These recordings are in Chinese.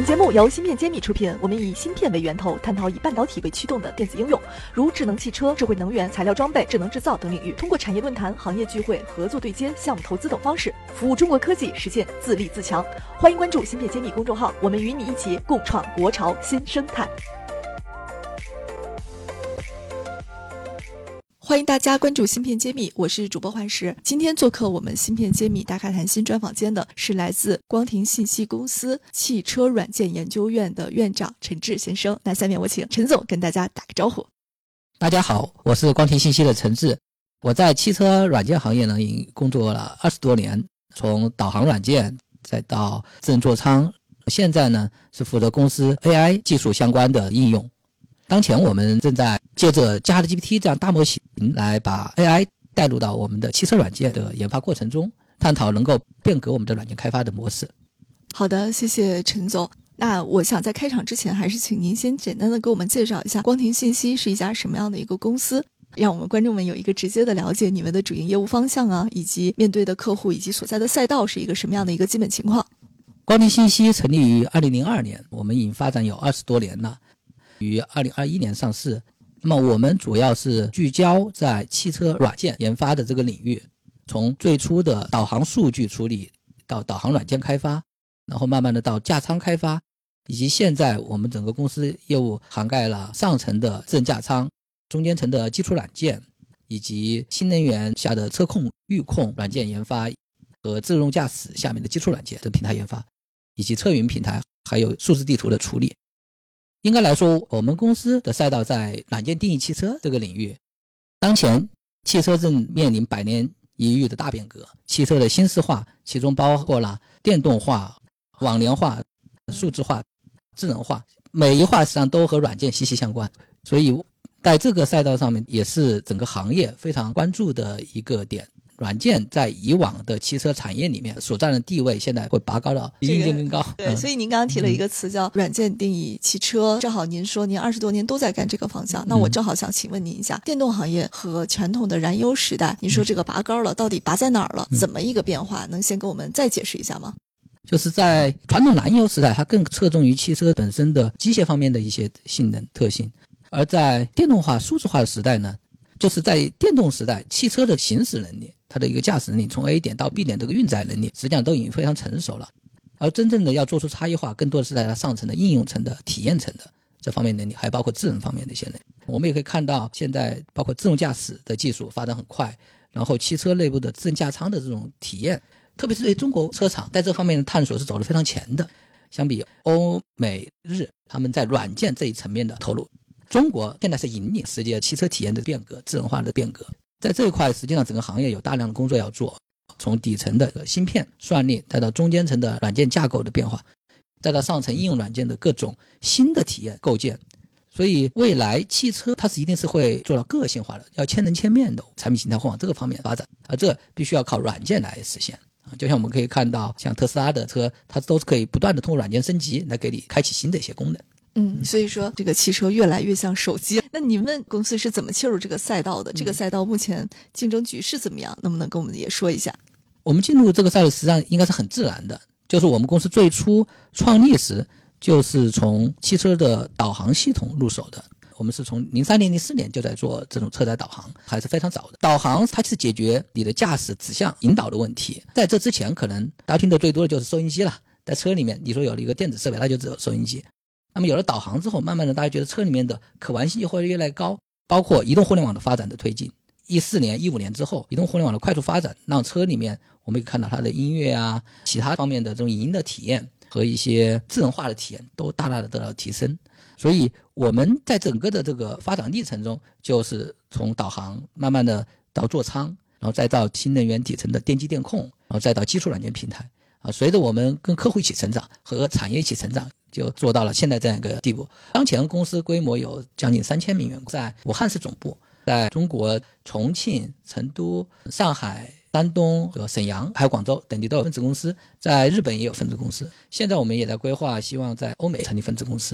本节目由芯片揭秘出品，我们以芯片为源头，探讨以半导体为驱动的电子应用，如智能汽车、智慧能源、材料装备、智能制造等领域，通过产业论坛、行业聚会、合作对接、项目投资等方式，服务中国科技实现自立自强。欢迎关注芯片揭秘公众号，我们与你一起共创国潮新生态。欢迎大家关注芯片揭秘，我是主播幻石。今天做客我们芯片揭秘大咖谈新专访间的是来自光庭信息公司汽车软件研究院的院长陈志先生。那下面我请陈总跟大家打个招呼。 大家好，我是光庭信息的陈志。我在汽车软件行业呢，已经工作了20多年，从导航软件再到智能座舱，现在呢是负责公司 AI 技术相关的应用。当前我们正在借着 ChatGPT 这样大模型来把 AI 带入到我们的汽车软件的研发过程中，探讨能够变革我们的软件开发的模式。 好的，谢谢陈总。那我想在开场之前，还是请您先简单的给我们介绍一下光庭信息是一家什么样的一个公司，让我们观众们有一个直接的了解你们的主营业务方向啊，以及面对的客户以及所在的赛道是一个什么样的一个基本情况。 光庭信息成立于2002年，我们已经发展有20多年了，于2021年上市。那么我们主要是聚焦在汽车软件研发的这个领域，从最初的导航数据处理到导航软件开发，然后慢慢的到驾舱开发，以及现在我们整个公司业务涵盖了上层的智能驾舱、中间层的基础软件，以及新能源下的车控、预控软件研发和自动驾驶下面的基础软件的平台研发，以及车云平台还有数字地图的处理。应该来说，我们公司的赛道在软件定义汽车这个领域。当前汽车正面临100年一遇的大变革，汽车的新式化其中包括了电动化、网联化、数字化、智能化，每一化实际上都和软件息息相关，所以在这个赛道上面也是整个行业非常关注的一个点。软件在以往的汽车产业里面所占的地位，现在会拔高到一定更高。 对，所以您刚刚提了一个词叫软件定义汽车，正好您说您20多年都在干这个方向，那我正好想请问您一下，电动行业和传统的燃油时代，您说这个拔高了，到底拔在哪儿了？怎么一个变化？能先给我们再解释一下吗？ 就是在传统燃油时代，它更侧重于汽车本身的机械方面的一些性能特性，而在电动化、数字化的时代呢，就是在电动时代，汽车的行驶能力，它的一个驾驶能力，从 A 点到 B 点这个运载能力实际上都已经非常成熟了，而真正的要做出差异化，更多的是在它上层的应用层的体验层的这方面能力，还包括智能方面的一些能力。我们也可以看到现在包括自动驾驶的技术发展很快，然后汽车内部的智能驾舱的这种体验，特别是对中国车厂在这方面的探索是走得非常前的，相比欧美日他们在软件这一层面的投入，中国现在是引领世界汽车体验的变革、智能化的变革。在这一块实际上整个行业有大量的工作要做，从底层的芯片算力，再到中间层的软件架构的变化，再到上层应用软件的各种新的体验构建。所以未来汽车它是一定是会做到个性化的，要千人千面的产品形态会往这个方面发展，而这必须要靠软件来实现。就像我们可以看到像特斯拉的车，它都是可以不断的通过软件升级来给你开启新的一些功能。 所以说这个汽车越来越像手机。那你们公司是怎么切入这个赛道的？这个赛道目前竞争局势怎么样？能不能跟我们也说一下？ 我们进入这个赛道实际上应该是很自然的，就是我们公司最初创立时就是从汽车的导航系统入手的。我们是从03年、04年就在做这种车载导航，还是非常早的。导航它是解决你的驾驶指向引导的问题，在这之前可能大家听得最多的就是收音机了，在车里面你说有了一个电子设备，它就只有收音机。那么有了导航之后，慢慢的大家觉得车里面的可玩性会越来越高，包括移动互联网的发展的推进。14年、15年之后，移动互联网的快速发展，让车里面我们可以看到它的音乐啊、其他方面的这种影音的体验和一些智能化的体验都大大的得到提升。所以我们在整个的这个发展历程中，就是从导航慢慢的到座舱，然后再到新能源底层的电机电控，然后再到基础软件平台。随着我们跟客户一起成长，和产业一起成长，就做到了现在这样一个地步。当前公司规模有将近3000名员工，在武汉市总部，在中国重庆、成都、上海、山东和沈阳还有广州等地都有分支公司，在日本也有分支公司。现在我们也在规划，希望在欧美成立分支公司。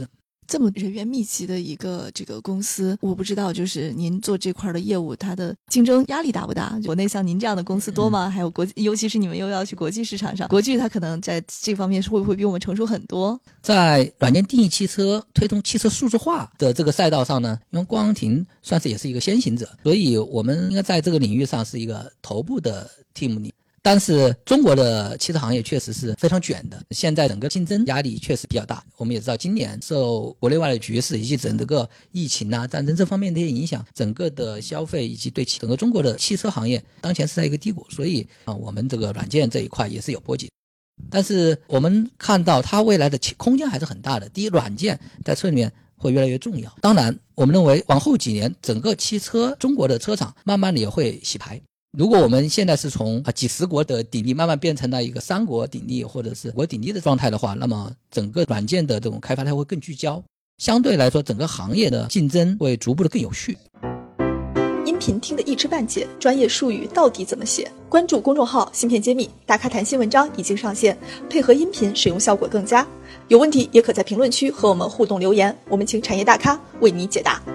这么人员密集的一个这个公司，我不知道就是您做这块的业务，它的竞争压力大不大？国内像您这样的公司多吗？还有尤其是你们又要去国际市场上，国际它可能在这方面会不会比我们成熟很多？ 在软件定义汽车、推动汽车数字化的这个赛道上呢，因为光庭算是也是一个先行者，所以我们应该在这个领域上是一个头部的 team 里。但是中国的汽车行业确实是非常卷的，现在整个竞争压力确实比较大。我们也知道今年受国内外的局势以及整个疫情啊、战争这方面的一些影响，整个的消费以及对整个中国的汽车行业当前是在一个低谷，所以我们这个软件这一块也是有波及。但是我们看到它未来的空间还是很大的。第一，软件在车里面会越来越重要。当然我们认为往后几年整个汽车中国的车厂慢慢的也会洗牌。如果我们现在是从几十国的鼎立慢慢变成了一个3国鼎立或者是国鼎立的状态的话，那么整个软件的这种开发它会更聚焦，相对来说整个行业的竞争会逐步的更有序。 音频听得一知半解，专业术语到底怎么写？关注公众号芯片揭秘，大咖谈新文章已经上线，配合音频使用效果更佳。有问题也可在评论区和我们互动留言，我们请产业大咖为你解答。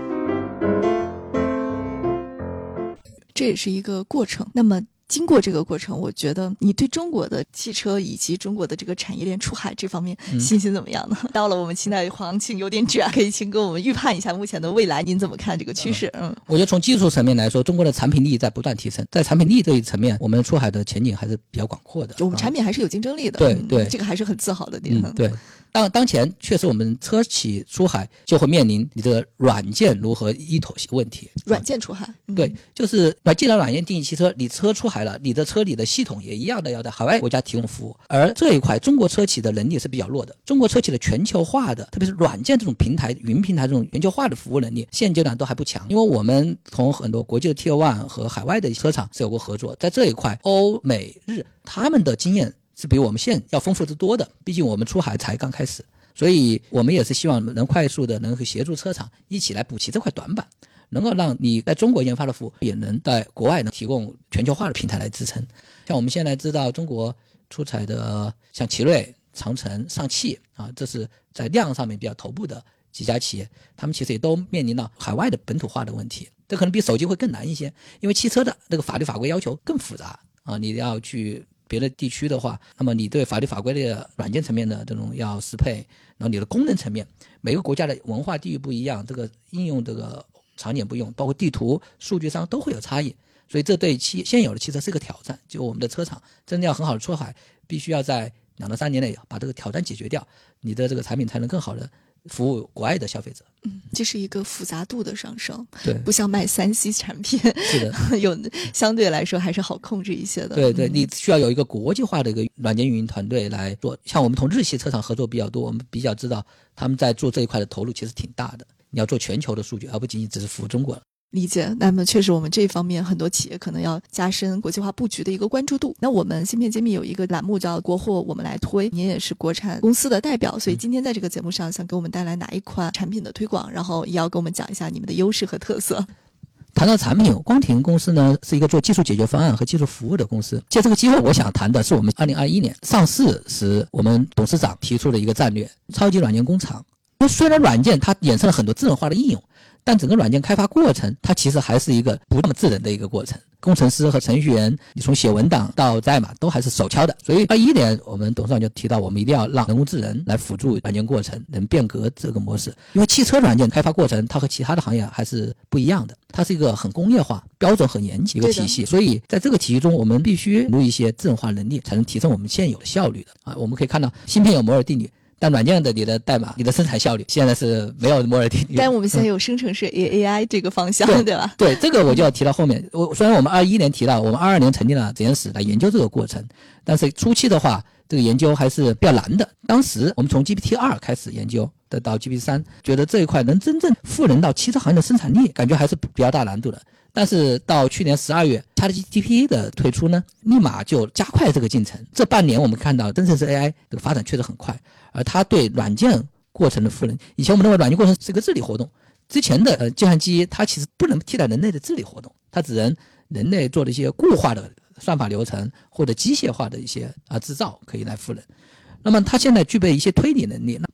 这也是一个过程。那么经过这个过程，我觉得你对中国的汽车以及中国的这个产业链出海这方面信心怎么样呢？到了我们现在行情有点卷，可以请跟我们预判一下目前的未来，您怎么看这个趋势？ 我觉得从技术层面来说，中国的产品力在不断提升，在产品力这一层面，我们出海的前景还是比较广阔的。 我们产品还是有竞争力的， 对， 这个还是很自豪的点。 对。当前确实我们车企出海就会面临你的软件如何依托问题。 软件出海， 对，就是既然软件定义汽车，你车出海了，你的车里的系统也一样的要在海外国家提供服务。而这一块中国车企的能力是比较弱的，中国车企的全球化的特别是软件这种平台、云平台这种全球化的服务能力现阶段都还不强。因为我们同很多国际的 Tier 1和海外的车厂是有过合作，在这一块欧美日他们的经验是比我们现要丰富得多的，毕竟我们出海才刚开始，所以我们也是希望能快速的能够协助车厂一起来补齐这块短板，能够让你在中国研发的服务也能在国外能提供全球化的平台来支撑。像我们现在知道中国出彩的像奇瑞、长城、上汽这是在量上面比较头部的几家企业，他们其实也都面临到海外的本土化的问题，这可能比手机会更难一些，因为汽车的这个法律法规要求更复杂你要去别的地区的话，那么你对法律法规的软件层面的这种要适配，然后你的功能层面，每个国家的文化地域不一样，这个应用这个场景不用，包括地图数据上都会有差异，所以这对现有的汽车是一个挑战。就我们的车厂真的要很好的出海，必须要在2到3年内把这个挑战解决掉，你的这个产品才能更好的服务国外的消费者。 这是一个复杂度的上升， 对， 不像卖3C 产品， 是的， 有相对来说还是好控制一些的。 对，你需要有一个国际化的一个软件运营团队来做。像我们同日系车厂合作比较多，我们比较知道他们在做这一块的投入其实挺大的。你要做全球的数据，而不仅仅只是服务中国了。 理解。那么确实我们这方面很多企业可能要加深国际化布局的一个关注度。那我们芯片揭秘有一个栏目叫国货我们来推，您也是国产公司的代表，所以今天在这个节目上想给我们带来哪一款产品的推广，然后也要给我们讲一下你们的优势和特色。 谈到产品，光庭公司呢是一个做技术解决方案和技术服务的公司。借这个机会，我想谈的是我们2021年上市时我们董事长提出的一个战略——超级软件工厂。因为虽然软件它衍生了很多智能化的应用，但整个软件开发过程它其实还是一个不那么智能的一个过程。工程师和程序员，你从写文档到代码都还是手敲的。所以21年我们董事长就提到，我们一定要让人工智能来辅助软件过程，能变革这个模式。因为汽车软件开发过程它和其他的行业还是不一样的，它是一个很工业化、标准很严谨一个体系，所以在这个体系中我们必须引入一些智能化能力，才能提升我们现有的效率的我们可以看到芯片有摩尔定律，但软件的你的代码、你的生产效率现在是没有摩尔定律。 但我们现在有生成式 AI 这个方向，对吧？ 对，这个我就要提到后面。虽然我们21年提到，我们22年成立了实验室来研究这个过程，但是初期的话，这个研究还是比较难的。当时我们从 GPT-2 开始研究，到 GPT-3，觉得这一块能真正赋能到汽车行业的生产力，感觉还是比较大难度的。但是到去年12月 ChatGPT 的推出呢，立马就加快这个进程。这半年我们看到生成式 AI 这个发展确实很快，而它对软件过程的赋能，以前我们认为软件过程是一个智力活动，之前的计算机它其实不能替代人类的智力活动，它只能人类做的一些固化的算法流程或者机械化的一些制造可以来赋能。那么它现在具备一些推理能力，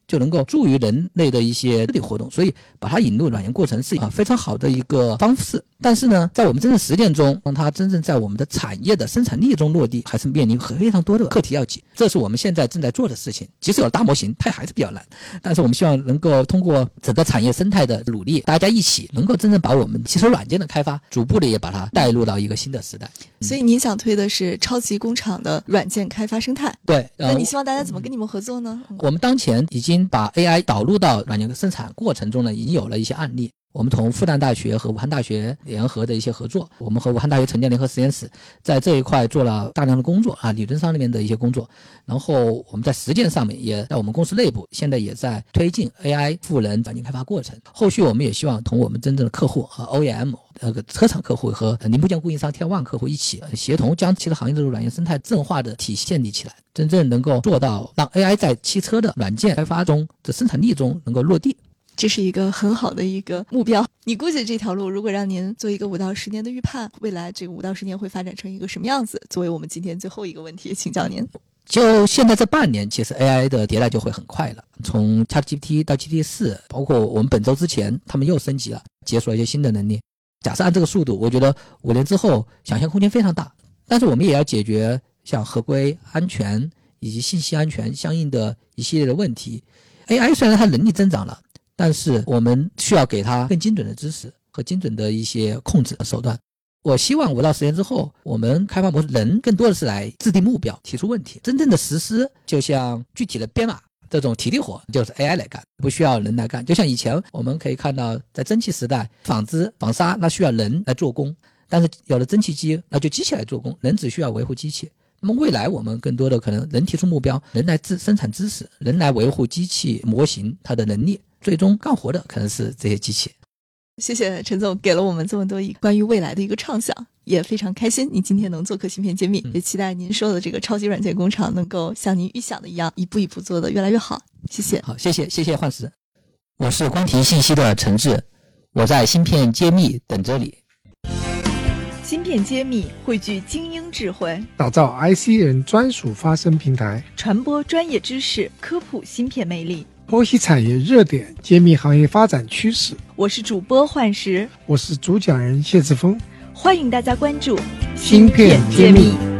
就能够助于人类的一些肢体活动，所以把它引入软件过程是非常好的一个方式。但是呢，在我们真正实践中，让它真正在我们的产业的生产力中落地，还是面临非常多的课题要解。这是我们现在正在做的事情。即使有大模型，它还是比较难。但是我们希望能够通过整个产业生态的努力，大家一起能够真正把我们汽车软件的开发，逐步的也把它带入到一个新的时代。 所以您想推的是超级工厂的软件开发生态。 对， 那你希望大家怎么跟你们合作呢？ 我们当前已经把 AI 导入到软件生产过程中呢，已经有了一些案例。我们同复旦大学和武汉大学联合的一些合作，我们和武汉大学城建联合实验室在这一块做了大量的工作理论上面的一些工作，然后我们在实践上面也在我们公司内部现在也在推进 AI 赋能软件开发过程。后续我们也希望同我们真正的客户和 OEM 车厂客户和零部件供应商 Tier 1客户一起协同，将汽车行业的软件生态正化的体系建立起来，真正能够做到让 AI 在汽车的软件开发中的生产力中能够落地。 这是一个很好的一个目标。你估计这条路如果让您做一个5到10年的预判，未来这个5到10年会发展成一个什么样子？作为我们今天最后一个问题，请教您。 就现在这半年，其实 AI 的迭代就会很快了。从 ChatGPT 到 GPT-4，包括我们本周之前，他们又升级了，解锁了一些新的能力。假设按这个速度，我觉得5年之后想象空间非常大。但是我们也要解决像合规、安全以及信息安全相应的一系列的问题。AI 虽然它能力增长了，但是我们需要给它更精准的知识和精准的一些控制手段。我希望5到10年之后，我们开发模式人更多的是来制定目标、提出问题，真正的实施就像具体的编码这种体力活就是 AI 来干，不需要人来干。就像以前我们可以看到，在蒸汽时代，纺织、纺纱那需要人来做工，但是有了蒸汽机，那就机器来做工，人只需要维护机器。那么未来我们更多的可能人提出目标，人来生产知识，人来维护机器模型它的能力，最终干活的可能是这些机器。 谢谢陈总给了我们这么多关于未来的一个畅想，也非常开心您今天能做客芯片揭秘，也期待您说的这个超级软件工厂能够像您预想的一样，一步一步做得越来越好。谢谢。 好，谢谢幻石。我是光庭信息的陈志，我在芯片揭秘等着你。 芯片揭秘汇聚精英智慧， 打造 IC 人专属发声平台， 传播专业知识，科普芯片魅力， 剖析产业热点，揭秘行业发展趋势。 我是主播幻石， 我是主讲人谢志峰， 欢迎大家关注芯片揭秘。